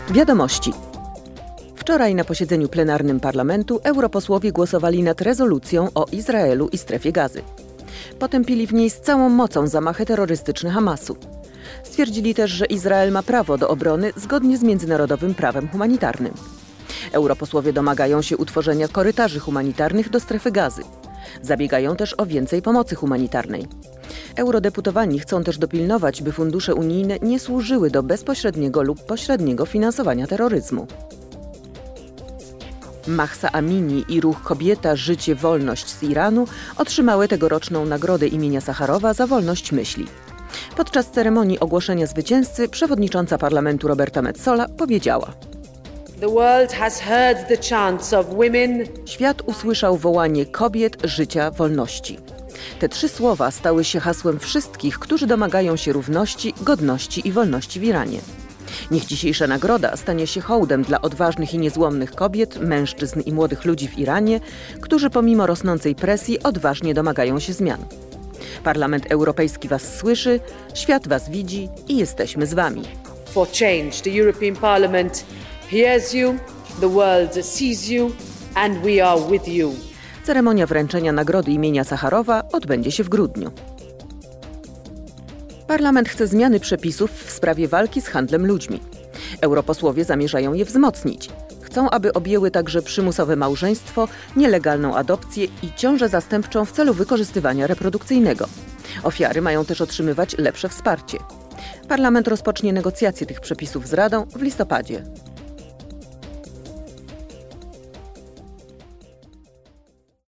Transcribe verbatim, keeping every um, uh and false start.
Wiadomości. Wczoraj na posiedzeniu plenarnym parlamentu europosłowie głosowali nad rezolucją o Izraelu i strefie Gazy. Potępili w niej z całą mocą zamachy terrorystyczne Hamasu. Stwierdzili też, że Izrael ma prawo do obrony zgodnie z międzynarodowym prawem humanitarnym. Europosłowie domagają się utworzenia korytarzy humanitarnych do strefy Gazy. Zabiegają też o więcej pomocy humanitarnej. Eurodeputowani chcą też dopilnować, by fundusze unijne nie służyły do bezpośredniego lub pośredniego finansowania terroryzmu. Mahsa Amini i ruch Kobieta, Życie, Wolność z Iranu otrzymały tegoroczną nagrodę imienia Sacharowa za wolność myśli. Podczas ceremonii ogłoszenia zwycięzcy przewodnicząca parlamentu Roberta Metsola powiedziała: The world has heard the chants of women. Świat usłyszał wołanie kobiet, życia, wolności. Te trzy słowa stały się hasłem wszystkich, którzy domagają się równości, godności i wolności w Iranie. Niech dzisiejsza nagroda stanie się hołdem dla odważnych i niezłomnych kobiet, mężczyzn i młodych ludzi w Iranie, którzy pomimo rosnącej presji odważnie domagają się zmian. Parlament Europejski was słyszy, świat was widzi i jesteśmy z wami. For change, the European Parliament hears you, the world sees you, and we are with you. Ceremonia wręczenia nagrody imienia Sacharowa odbędzie się w grudniu. Parlament chce zmiany przepisów w sprawie walki z handlem ludźmi. Europosłowie zamierzają je wzmocnić. Chcą, aby objęły także przymusowe małżeństwo, nielegalną adopcję i ciążę zastępczą w celu wykorzystywania reprodukcyjnego. Ofiary mają też otrzymywać lepsze wsparcie. Parlament rozpocznie negocjacje tych przepisów z Radą w listopadzie.